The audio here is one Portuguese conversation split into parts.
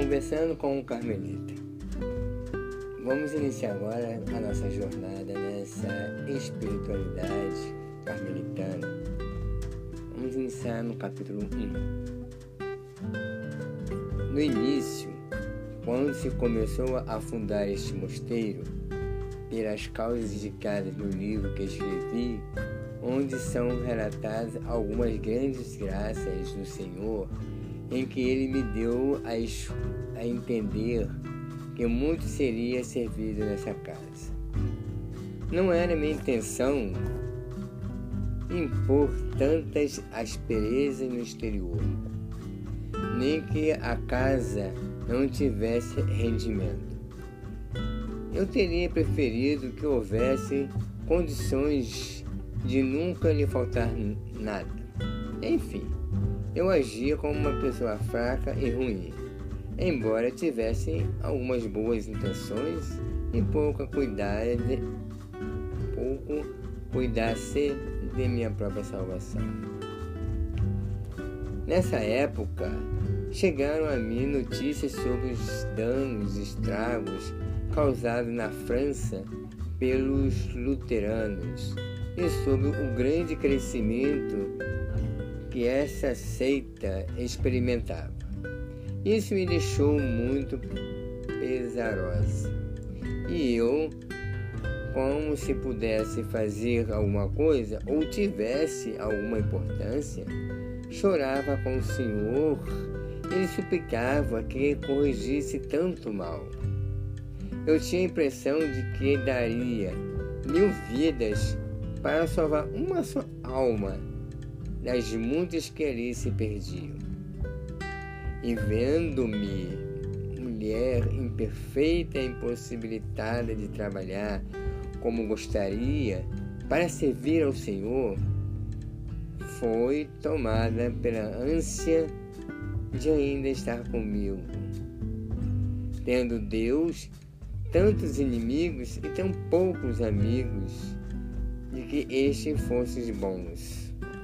Conversando com um carmelita. Vamos iniciar agora a nossa jornada nessa espiritualidade carmelitana. Vamos iniciar no capítulo 1. No início, quando se começou a fundar este mosteiro, pelas causas indicadas no livro que escrevi, onde são relatadas algumas grandes graças do Senhor, em que Ele me deu a entender que muito seria servido nessa casa. Não era minha intenção impor tantas asperezas no exterior, nem que a casa não tivesse rendimento. Eu teria preferido que houvesse condições de nunca lhe faltar nada. Enfim, eu agia como uma pessoa fraca e ruim, embora tivesse algumas boas intenções e pouco cuidasse de minha própria salvação. Nessa época, chegaram a mim notícias sobre os danos e estragos causados na França pelos luteranos e sobre o grande crescimento que essa seita experimentava. Isso me deixou muito pesarosa. E eu, como se pudesse fazer alguma coisa ou tivesse alguma importância, chorava com o Senhor e lhe suplicava que corrigisse tanto mal. Eu tinha a impressão de que daria 1000 vidas para salvar uma só alma das muitas que ali se perdiam. E vendo-me mulher imperfeita e impossibilitada de trabalhar como gostaria para servir ao Senhor, foi tomada pela ânsia de ainda estar comigo, tendo Deus tantos inimigos e tão poucos amigos, de que estes fossem bons.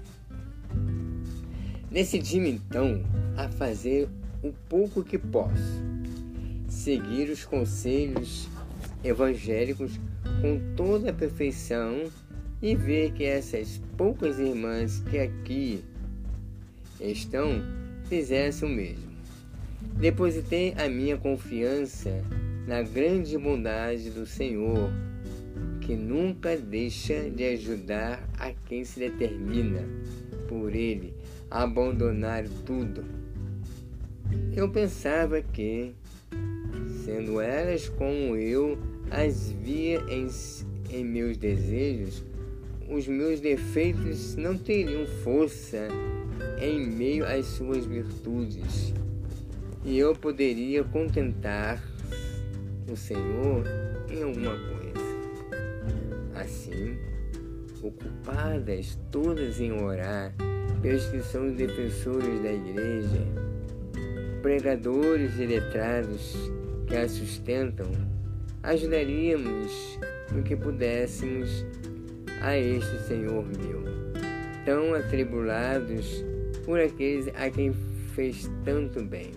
Decidi-me então a fazer o pouco que posso, seguir os conselhos evangélicos com toda a perfeição e ver que essas poucas irmãs que aqui estão fizessem o mesmo. Depositei a minha confiança na grande bondade do Senhor, que nunca deixa de ajudar a quem se determina por Ele a abandonar tudo. Eu pensava que, sendo elas como eu as via em meus desejos, os meus defeitos não teriam força em meio às suas virtudes, e eu poderia contentar o Senhor em alguma coisa. Assim, ocupadas todas em orar pelos que são os defensores da igreja, pregadores e letrados que a sustentam, ajudaríamos no que pudéssemos a este Senhor meu, tão atribulados por aqueles a quem fez tanto bem.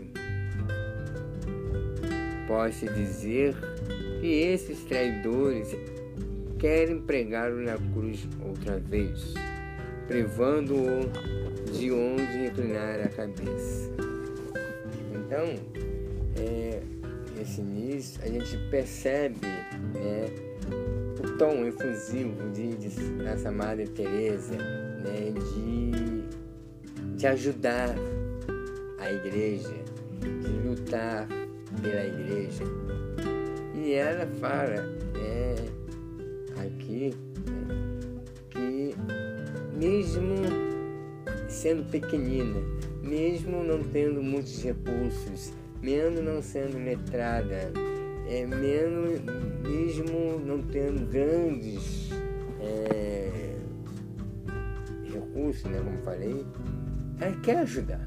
Posso dizer que esses traidores querem pregá-lo na cruz outra vez, privando-o de onde reclinar a cabeça. Então, nesse início, a gente percebe o tom efusivo dessa Madre Teresa, de ajudar a igreja, de lutar pela igreja. E ela fala aqui que mesmo sendo pequenina, mesmo não tendo muitos recursos, mesmo não sendo letrada, mesmo não tendo grandes recursos, como falei, ela quer ajudar.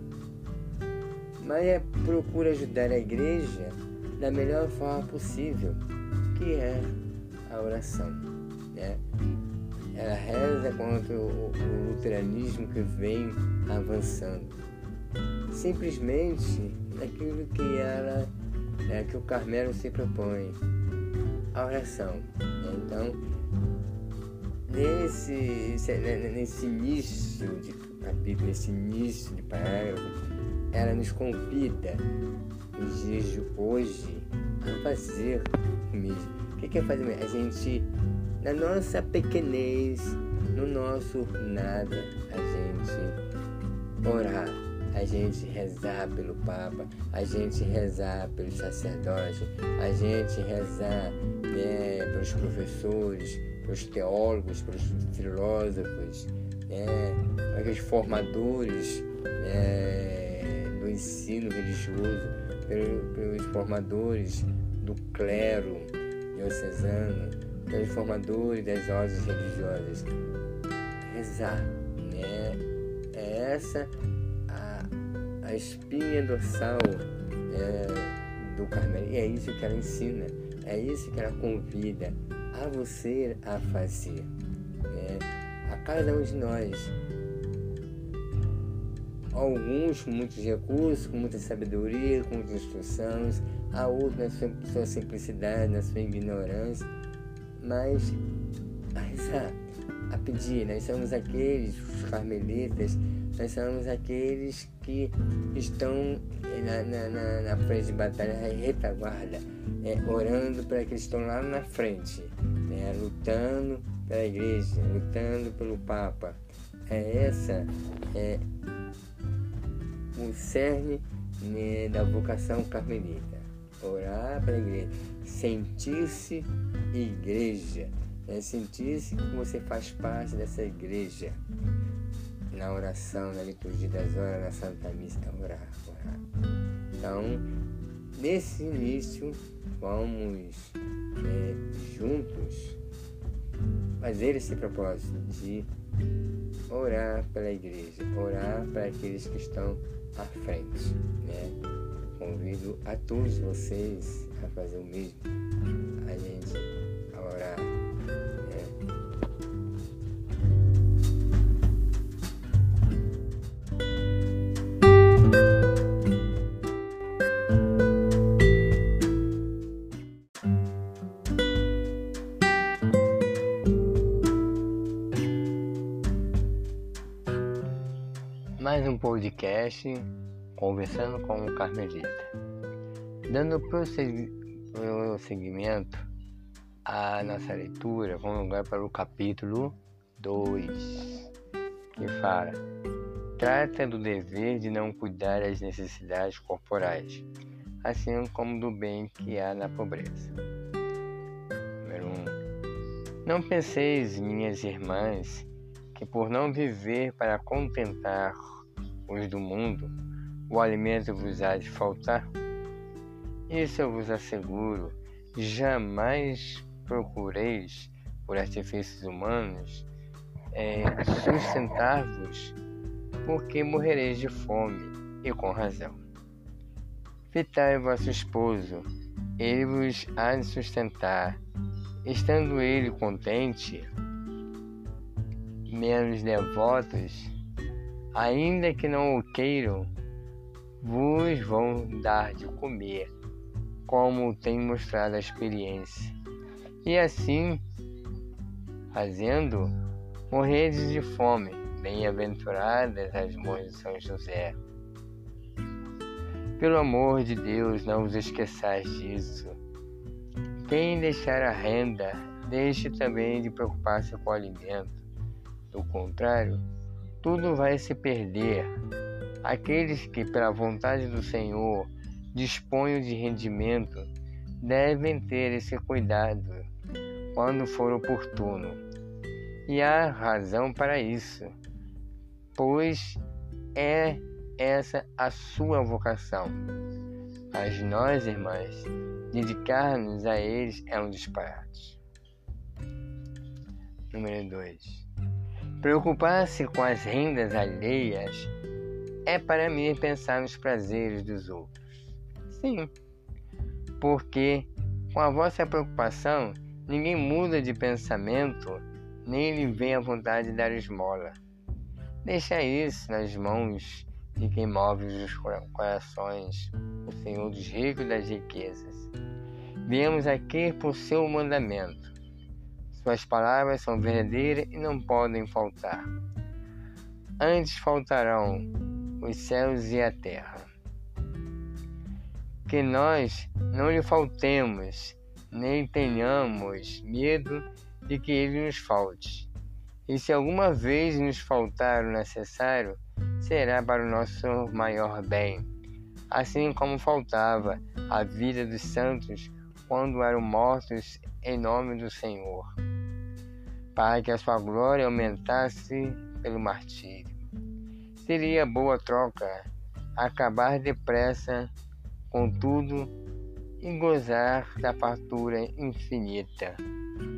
Mas procura ajudar a igreja da melhor forma possível, que é a oração. Ela reza contra o luteranismo que vem avançando. simplesmente naquilo que o Carmelo se propõe, a oração. Então, nesse início de capítulo, nesse início de parágrafo, ela nos convida, nos dias de hoje, a fazer o mesmo. O que é fazer o mesmo? A gente, na nossa pequenez, no nosso nada, a gente orar, a gente rezar pelo Papa, a gente rezar pelos sacerdotes, a gente rezar pelos professores, pelos teólogos, pelos filósofos, pelos formadores do ensino religioso, pelos formadores do clero diocesano, pelos formadores das ordens religiosas. Rezar, é essa a espinha dorsal do Carmelo, e é isso que ela ensina, é isso que ela convida a você a fazer, a cada um de nós. Alguns com muitos recursos, com muita sabedoria, com muitas instruções, a outros na sua simplicidade, na sua ignorância, mas a rezar, a pedir. Nós somos aqueles, os carmelitas, nós somos aqueles que estão na frente de batalha, retaguarda, orando para aqueles que estão lá na frente, lutando pela igreja, lutando pelo Papa. O cerne da vocação carmelita, orar pela igreja, sentir-se igreja, sentir-se que você faz parte dessa igreja, na oração, na liturgia das horas, na Santa Missa, orar. Então, nesse início, vamos juntos fazer esse propósito de orar pela igreja, orar para aqueles que estão à frente, Convido a todos vocês a fazer o mesmo, a gente a orar, Mais um podcast conversando com o Carmelita, dando prosseguimento à nossa leitura. Vamos agora para o capítulo 2, que fala: trata do dever de não cuidar das necessidades corporais, assim como do bem que há na pobreza. Número 1. Não penseis, minhas irmãs, que por não viver para contentar os do mundo, o alimento vos há de faltar. Isso eu vos asseguro: jamais procureis, por artifícios humanos, sustentar-vos, porque morrereis de fome, e com razão. Fitai vosso esposo, ele vos há de sustentar, estando ele contente. Menos devotos, ainda que não o queiram, vos vão dar de comer, como tem mostrado a experiência. E assim, fazendo, morredes de fome. Bem-aventuradas as mães de São José. Pelo amor de Deus, não vos esqueçais disso. Quem deixar a renda, deixe também de preocupar-se com o alimento. Do contrário, tudo vai se perder. Aqueles que, pela vontade do Senhor, dispõem de rendimento, devem ter esse cuidado quando for oportuno. E há razão para isso, pois é essa a sua vocação. Mas nós, irmãs, dedicar-nos a eles é um disparate. Número 2. Preocupar-se com as rendas alheias é para mim pensar nos prazeres dos outros. Sim, porque com a vossa preocupação ninguém muda de pensamento, nem lhe vem a vontade de dar esmola. Deixa isso nas mãos e quem move os corações, o Senhor dos ricos e das riquezas. Viemos aqui por seu mandamento. Suas palavras são verdadeiras e não podem faltar. Antes faltarão os céus e a terra. Que nós não lhe faltemos, nem tenhamos medo de que ele nos falte. E se alguma vez nos faltar o necessário, será para o nosso maior bem, assim como faltava a vida dos santos quando eram mortos em nome do Senhor, para que a sua glória aumentasse pelo martírio. Seria boa troca acabar depressa com tudo e gozar da fartura infinita.